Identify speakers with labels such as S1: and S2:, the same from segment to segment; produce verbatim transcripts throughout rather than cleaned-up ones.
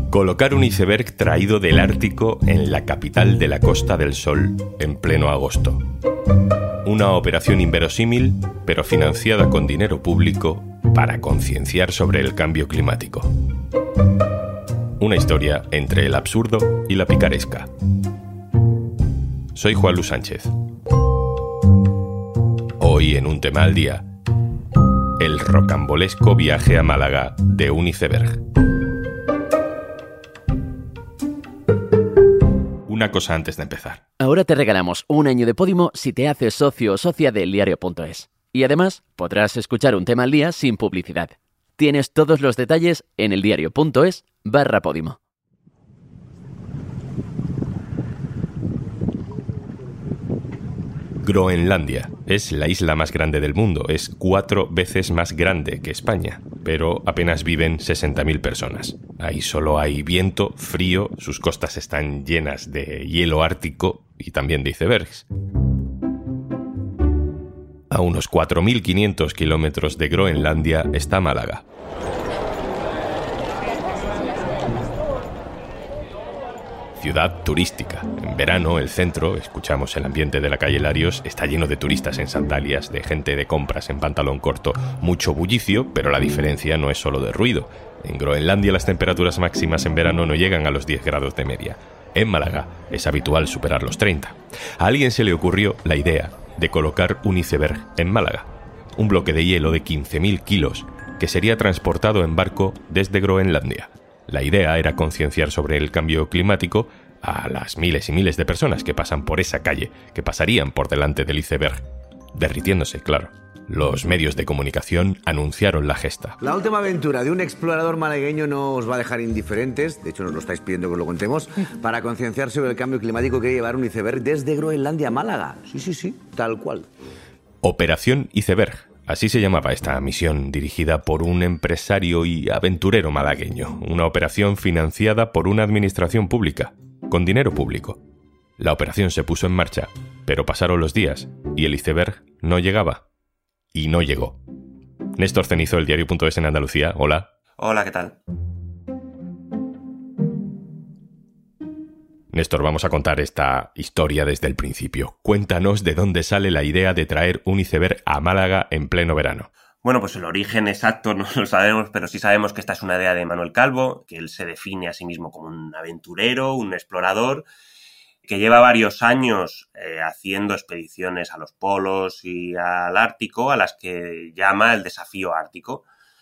S1: Colocar un iceberg traído del Ártico en la capital de la Costa del Sol en pleno agosto. Una operación inverosímil, pero financiada con dinero público para concienciar sobre el cambio climático. Una historia entre el absurdo y la picaresca. Soy Juan Luis Sánchez. Hoy en Un Tema al Día, el rocambolesco viaje a Málaga de un iceberg. Una cosa antes de empezar.
S2: Ahora te regalamos un año de Podimo si te haces socio o socia de eldiario punto es. Y además podrás escuchar Un Tema al Día sin publicidad. Tienes todos los detalles en eldiario punto es barra Podimo.
S1: Groenlandia es la isla más grande del mundo, es cuatro veces más grande que España, pero apenas viven sesenta mil personas. Ahí solo hay viento, frío, sus costas están llenas de hielo ártico y también de icebergs. A unos cuatro mil quinientos kilómetros de Groenlandia está Málaga. Ciudad turística. En verano, el centro, escuchamos el ambiente de la calle Larios, está lleno de turistas en sandalias, de gente de compras en pantalón corto. Mucho bullicio, pero la diferencia no es solo de ruido. En Groenlandia las temperaturas máximas en verano no llegan a los diez grados de media. En Málaga es habitual superar los treinta. A alguien se le ocurrió la idea de colocar un iceberg en Málaga. Un bloque de hielo de quince mil kilos que sería transportado en barco desde Groenlandia. La idea era concienciar sobre el cambio climático a las miles y miles de personas que pasan por esa calle, que pasarían por delante del iceberg, derritiéndose, claro. Los medios de comunicación anunciaron la gesta.
S3: La última aventura de un explorador malagueño no os va a dejar indiferentes, de hecho nos lo estáis pidiendo que os lo contemos, para concienciar sobre el cambio climático que llevar un iceberg desde Groenlandia a Málaga. Sí, sí, sí, tal cual.
S1: Operación Iceberg. Así se llamaba esta misión, dirigida por un empresario y aventurero malagueño. Una operación financiada por una administración pública, con dinero público. La operación se puso en marcha, pero pasaron los días y el iceberg no llegaba. Y no llegó. Néstor Cenizo, eldiario punto es en Andalucía. Hola.
S4: Hola, ¿qué tal?
S1: Néstor, vamos a contar esta historia desde el principio. Cuéntanos de dónde sale la idea de traer un iceberg a Málaga en pleno verano.
S4: Bueno, pues el origen exacto no lo sabemos, pero sí sabemos que esta es una idea de Manuel Calvo, que él se define a sí mismo como un aventurero, un explorador, que lleva varios años eh, haciendo expediciones a los polos y al Ártico, a las que llama el desafío ártico.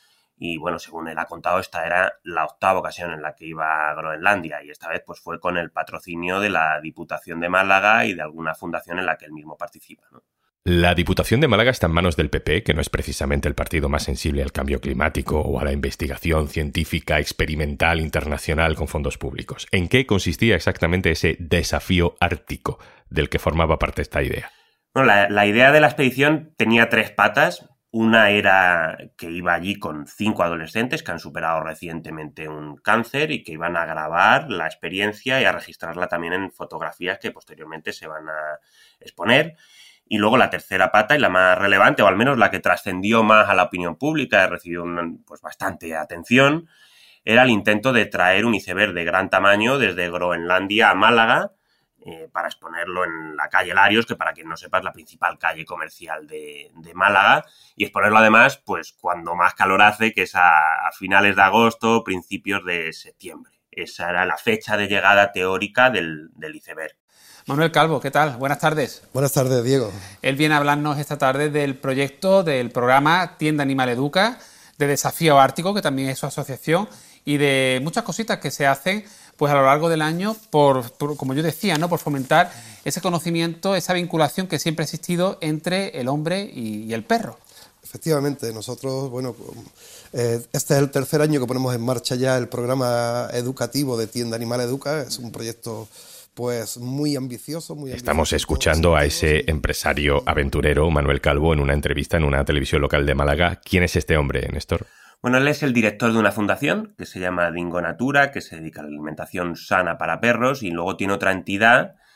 S4: Y bueno, según él ha contado, esta era la octava ocasión en la que iba a Groenlandia y esta vez pues fue con el patrocinio de la Diputación de Málaga y de alguna fundación en la que él mismo participa, ¿no?
S1: La Diputación de Málaga está en manos del P P, que no es precisamente el partido más sensible al cambio climático o a la investigación científica experimental internacional con fondos públicos. ¿En qué consistía exactamente ese desafío ártico del que formaba parte esta idea?
S4: Bueno, la, la idea de la expedición tenía tres patas. Una era que iba allí con cinco adolescentes que han superado recientemente un cáncer y que iban a grabar la experiencia y a registrarla también en fotografías que posteriormente se van a exponer. Y luego la tercera pata y la más relevante, o al menos la que trascendió más a la opinión pública y recibió una, pues, bastante atención, era el intento de traer un iceberg de gran tamaño desde Groenlandia a Málaga, Eh, para exponerlo en la calle Larios, que para quien no sepa es la principal calle comercial de, de Málaga, y exponerlo además pues cuando más calor hace, que es a, a finales de agosto, principios de septiembre. Esa era la fecha de llegada teórica del, del iceberg.
S5: Manuel Calvo, ¿qué tal? Buenas tardes.
S6: Buenas tardes, Diego.
S5: Él viene a hablarnos esta tarde del proyecto del programa Tienda Animal Educa, de Desafío Ártico, que también es su asociación, y de muchas cositas que se hacen pues a lo largo del año por, por, como yo decía, ¿no? Por fomentar ese conocimiento, esa vinculación que siempre ha existido entre el hombre y, y el perro.
S6: Efectivamente, nosotros, bueno, eh, este es el tercer año que ponemos en marcha ya el programa educativo de Tienda Animal Educa. Es un proyecto pues muy ambicioso. Muy
S1: Estamos
S6: ambicioso,
S1: escuchando a ese empresario aventurero, Manuel Calvo, en una entrevista en una televisión local de Málaga. ¿Quién es este hombre, Néstor?
S4: Bueno, él es el director de una fundación que se llama Dingo Natura, que se dedica a la alimentación sana para perros, y luego tiene otra entidad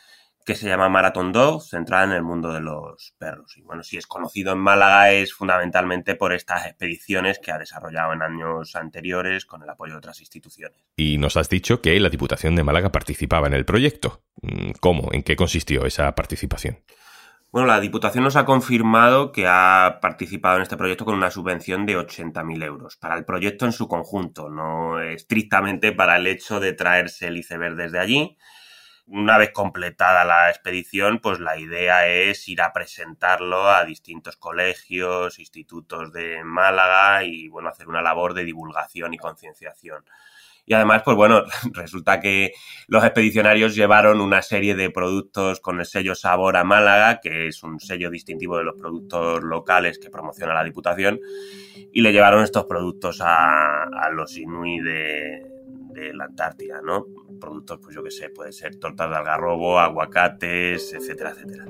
S4: que se llama Marathon Dog, centrada en el mundo de los perros. Y bueno, si es conocido en Málaga es fundamentalmente por estas expediciones que ha desarrollado en años anteriores con el apoyo de otras instituciones.
S1: Y nos has dicho que la Diputación de Málaga participaba en el proyecto. ¿Cómo? ¿En qué consistió esa participación?
S4: Bueno, la Diputación nos ha confirmado que ha participado en este proyecto con una subvención de ochenta mil euros para el proyecto en su conjunto, no estrictamente para el hecho de traerse el iceberg desde allí. Una vez completada la expedición, pues la idea es ir a presentarlo a distintos colegios, institutos de Málaga y, bueno, hacer una labor de divulgación y concienciación. Y además, pues bueno, resulta que los expedicionarios llevaron una serie de productos con el sello Sabor a Málaga, que es un sello distintivo de los productos locales que promociona la Diputación, y le llevaron estos productos a, a los inuit de, de la Antártida, ¿no? Productos, pues yo qué sé, puede ser tortas de algarrobo, aguacates, etcétera, etcétera.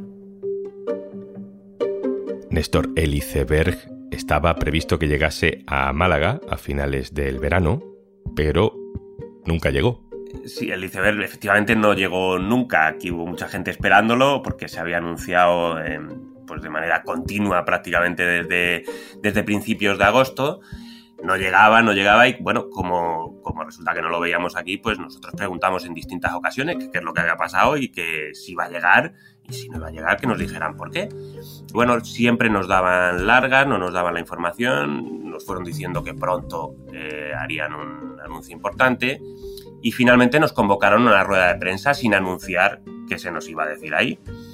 S1: Néstor, el iceberg estaba previsto que llegase a Málaga a finales del verano, pero nunca llegó.
S4: Sí, el iceberg efectivamente no llegó nunca. Aquí hubo mucha gente esperándolo porque se había anunciado eh, pues de manera continua prácticamente desde, desde principios de agosto. No llegaba, no llegaba y bueno, como, como resulta que no lo veíamos aquí, pues nosotros preguntamos en distintas ocasiones qué es lo que había pasado y que si iba a llegar y si no iba a llegar que nos dijeran por qué. Bueno, siempre nos daban largas, no nos daban la información, nos fueron diciendo que pronto eh, harían un anuncio importante y finalmente nos convocaron a una rueda de prensa sin anunciar qué se nos iba a decir ahí.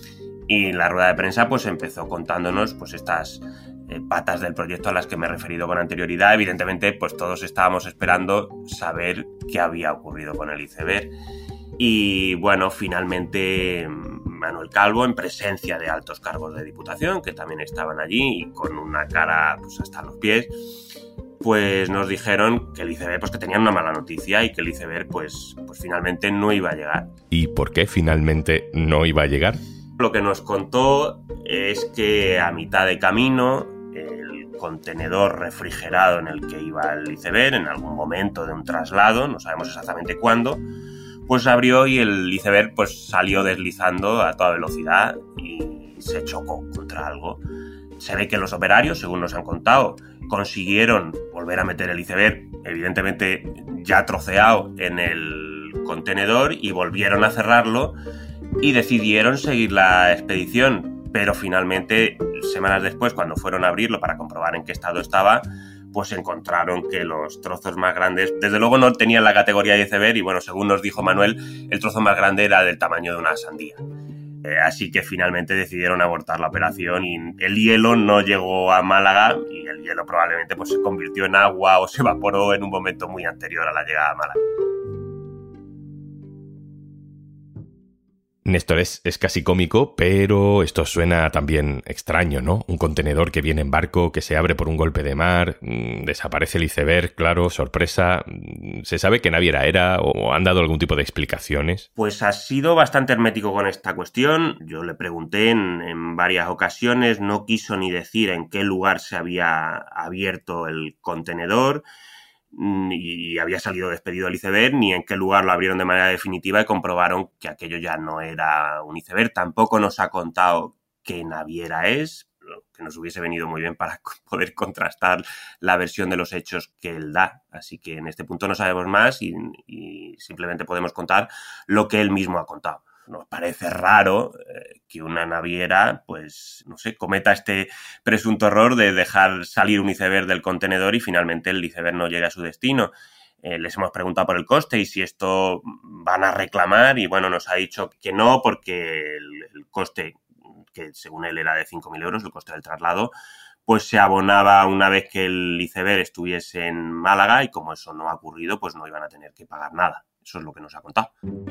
S4: Y la rueda de prensa pues empezó contándonos pues estas eh, patas del proyecto a las que me he referido con anterioridad. Evidentemente pues todos estábamos esperando saber qué había ocurrido con el iceberg. Y bueno, finalmente Manuel Calvo, en presencia de altos cargos de Diputación, que también estaban allí y con una cara pues hasta los pies, pues nos dijeron que el iceberg, pues que tenían una mala noticia y que el iceberg pues, pues finalmente no iba a llegar.
S1: ¿Y por qué finalmente no iba a llegar?
S4: Lo que nos contó es que a mitad de camino el contenedor refrigerado en el que iba el iceberg, en algún momento de un traslado, no sabemos exactamente cuándo, pues abrió y el iceberg pues salió deslizando a toda velocidad y se chocó contra algo. Se ve que los operarios, según nos han contado, consiguieron volver a meter el iceberg, evidentemente ya troceado, en el contenedor y volvieron a cerrarlo y decidieron seguir la expedición, pero finalmente, semanas después, cuando fueron a abrirlo para comprobar en qué estado estaba, pues encontraron que los trozos más grandes, desde luego no tenían la categoría de iceberg y bueno, según nos dijo Manuel, el trozo más grande era del tamaño de una sandía. Eh, así que finalmente decidieron abortar la operación y el hielo no llegó a Málaga y el hielo probablemente pues, se convirtió en agua o se evaporó en un momento muy anterior a la llegada a Málaga.
S1: Néstor, es, es casi cómico, pero esto suena también extraño, ¿no? Un contenedor que viene en barco, que se abre por un golpe de mar, mmm, desaparece el iceberg, claro, sorpresa. ¿Se sabe qué naviera era o han dado algún tipo de explicaciones?
S4: Pues ha sido bastante hermético con esta cuestión. Yo le pregunté en, en varias ocasiones, no quiso ni decir en qué lugar se había abierto el contenedor y había salido despedido el iceberg, ni en qué lugar lo abrieron de manera definitiva y comprobaron que aquello ya no era un iceberg. Tampoco nos ha contado qué naviera es, lo que nos hubiese venido muy bien para poder contrastar la versión de los hechos que él da. Así que en este punto no sabemos más y, y simplemente podemos contar lo que él mismo ha contado. Nos parece raro eh, que una naviera, pues, no sé, cometa este presunto error de dejar salir un iceberg del contenedor y finalmente el iceberg no llegue a su destino. Eh, les hemos preguntado por el coste y si esto van a reclamar y, bueno, nos ha dicho que no porque el, el coste, que según él era de cinco mil euros, el coste del traslado, pues se abonaba una vez que el iceberg estuviese en Málaga y como eso no ha ocurrido, pues no iban a tener que pagar nada. Eso es lo que nos ha contado.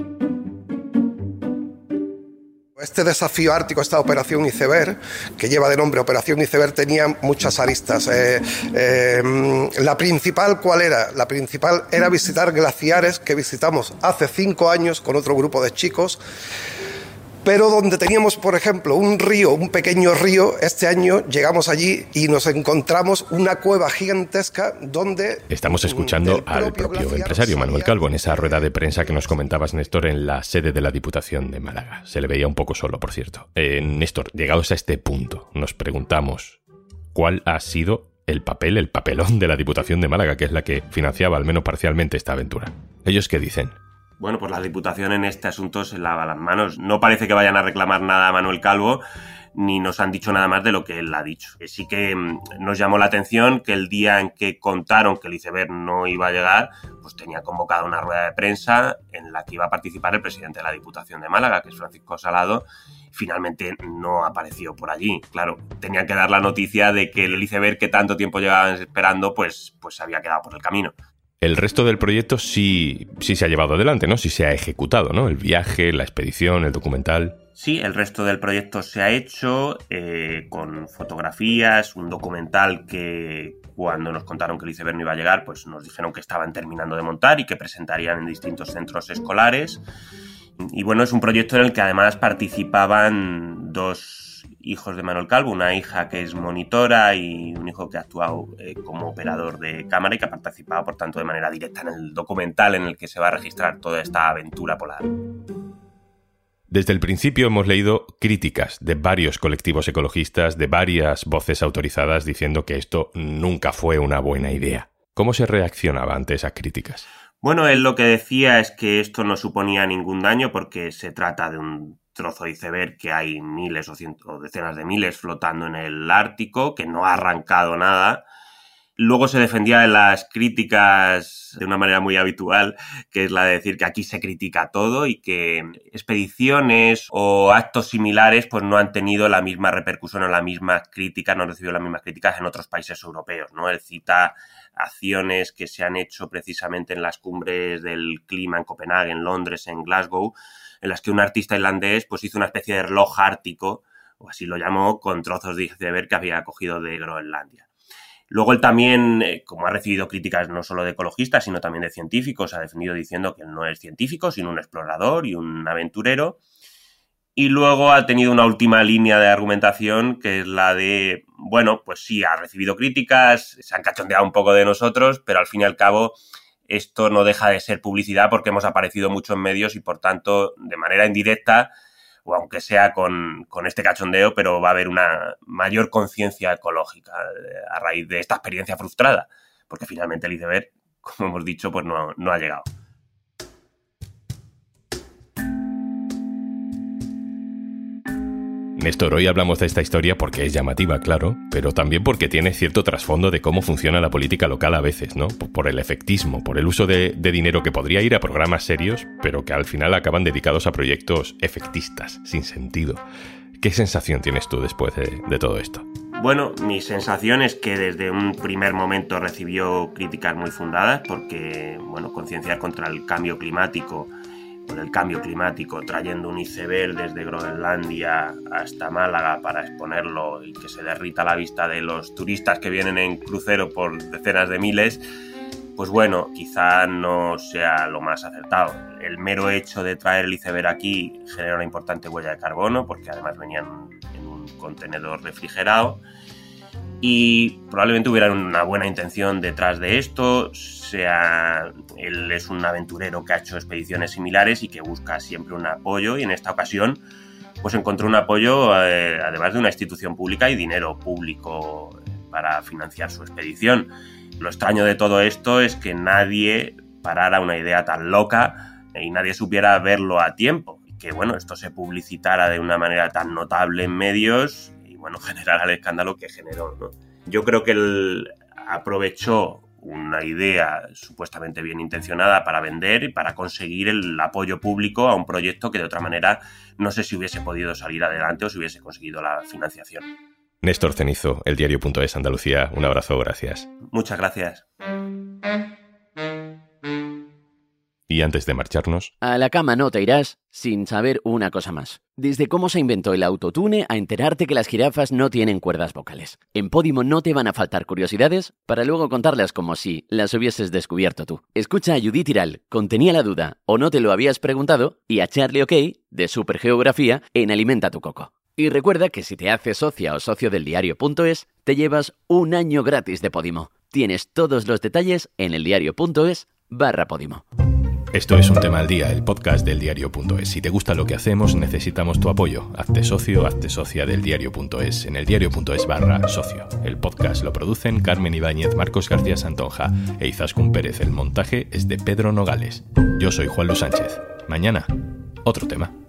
S6: Este desafío ártico, esta operación iceberg, que lleva de nombre Operación Iceberg, tenía muchas aristas. Eh, eh, la principal, ¿cuál era? La principal era visitar glaciares que visitamos hace cinco años con otro grupo de chicos pero donde teníamos, por ejemplo, un río, un pequeño río, este año llegamos allí y nos encontramos una cueva gigantesca donde...
S1: Estamos escuchando al propio empresario Manuel Calvo en esa rueda de prensa que nos comentabas, Néstor, en la sede de la Diputación de Málaga. Se le veía un poco solo, por cierto. Eh, Néstor, llegados a este punto, nos preguntamos cuál ha sido el papel, el papelón de la Diputación de Málaga, que es la que financiaba, al menos parcialmente, esta aventura. ¿Ellos qué dicen?
S4: Bueno, pues la Diputación en este asunto se lava las manos. No parece que vayan a reclamar nada a Manuel Calvo, ni nos han dicho nada más de lo que él ha dicho. Sí que nos llamó la atención que el día en que contaron que el iceberg no iba a llegar, pues tenía convocada una rueda de prensa en la que iba a participar el presidente de la Diputación de Málaga, que es Francisco Salado. Finalmente no apareció por allí. Claro, tenían que dar la noticia de que el iceberg que tanto tiempo llevaban esperando, pues, pues se había quedado por el camino.
S1: El resto del proyecto sí, sí se ha llevado adelante, ¿no? Sí se ha ejecutado, ¿no? El viaje, la expedición, el documental.
S4: Sí, el resto del proyecto se ha hecho eh, con fotografías, un documental que cuando nos contaron que el iceberg no iba a llegar, pues nos dijeron que estaban terminando de montar y que presentarían en distintos centros escolares. Y bueno, es un proyecto en el que además participaban dos hijos de Manuel Calvo, una hija que es monitora y un hijo que ha actuado eh, como operador de cámara y que ha participado, por tanto, de manera directa en el documental en el que se va a registrar toda esta aventura polar.
S1: Desde el principio hemos leído críticas de varios colectivos ecologistas, de varias voces autorizadas diciendo que esto nunca fue una buena idea. ¿Cómo se reaccionaba ante esas críticas?
S4: Bueno, él lo que decía es que esto no suponía ningún daño porque se trata de un trozo de iceberg que hay miles o, cientos, o decenas de miles flotando en el Ártico, que no ha arrancado nada. Luego se defendía de las críticas de una manera muy habitual, que es la de decir que aquí se critica todo y que expediciones o actos similares pues no han tenido la misma repercusión o la misma crítica, no han recibido las mismas críticas en otros países europeos, ¿no? Él cita acciones que se han hecho precisamente en las cumbres del clima en Copenhague, en Londres, en Glasgow, en las que un artista irlandés pues hizo una especie de reloj ártico, o así lo llamó, con trozos de iceberg que había cogido de Groenlandia. Luego él también, como ha recibido críticas no solo de ecologistas, sino también de científicos, ha defendido diciendo que él no es científico, sino un explorador y un aventurero. Y luego ha tenido una última línea de argumentación, que es la de, bueno, pues sí, ha recibido críticas, se han cachondeado un poco de nosotros, pero al fin y al cabo esto no deja de ser publicidad porque hemos aparecido mucho en medios y, por tanto, de manera indirecta, o aunque sea con, con este cachondeo, pero va a haber una mayor conciencia ecológica a raíz de esta experiencia frustrada, porque finalmente el iceberg, como hemos dicho, pues no, no ha llegado.
S1: Néstor, hoy hablamos de esta historia porque es llamativa, claro, pero también porque tiene cierto trasfondo de cómo funciona la política local a veces, ¿no? Por el efectismo, por el uso de, de dinero que podría ir a programas serios, pero que al final acaban dedicados a proyectos efectistas, sin sentido. ¿Qué sensación tienes tú después de, de todo esto?
S4: Bueno, mi sensación es que desde un primer momento recibió críticas muy fundadas porque, bueno, concienciar contra el cambio climático por el cambio climático, trayendo un iceberg desde Groenlandia hasta Málaga para exponerlo y que se derrita a la vista de los turistas que vienen en crucero por decenas de miles, pues bueno, quizá no sea lo más acertado. El mero hecho de traer el iceberg aquí genera una importante huella de carbono, porque además venían en un contenedor refrigerado, y probablemente hubiera una buena intención detrás de esto. Sea, él es un aventurero que ha hecho expediciones similares y que busca siempre un apoyo, y en esta ocasión pues encontró un apoyo eh, además de una institución pública y dinero público para financiar su expedición. Lo extraño de todo esto es que nadie parara una idea tan loca y nadie supiera verlo a tiempo, y que bueno, esto se publicitara de una manera tan notable en medios y bueno, generara el escándalo que generó, ¿no? Yo creo que él aprovechó una idea supuestamente bien intencionada para vender y para conseguir el apoyo público a un proyecto que de otra manera no sé si hubiese podido salir adelante o si hubiese conseguido la financiación.
S1: Néstor Cenizo, El Diario punto es, Andalucía. Un abrazo, gracias.
S4: Muchas gracias.
S1: Y antes de marcharnos...
S2: A la cama no te irás sin saber una cosa más. Desde cómo se inventó el autotune a enterarte que las jirafas no tienen cuerdas vocales. En Podimo no te van a faltar curiosidades para luego contarlas como si las hubieses descubierto tú. Escucha a Judith Iral, con Tenía la duda o no te lo habías preguntado, y a Charlie OK, de Supergeografía, en Alimenta tu Coco. Y recuerda que si te haces socia o socio del diario punto es, te llevas un año gratis de Podimo. Tienes todos los detalles en eldiario.es barra Podimo.
S1: Esto es Un Tema al Día, el podcast del diario punto es. Si te gusta lo que hacemos, necesitamos tu apoyo. Hazte socio, hazte socia del diario punto es en eldiario.es barra socio. El podcast lo producen Carmen Ibáñez, Marcos García Santonja e Izaskun Pérez. El montaje es de Pedro Nogales. Yo soy Juan Luis Sánchez. Mañana, otro tema.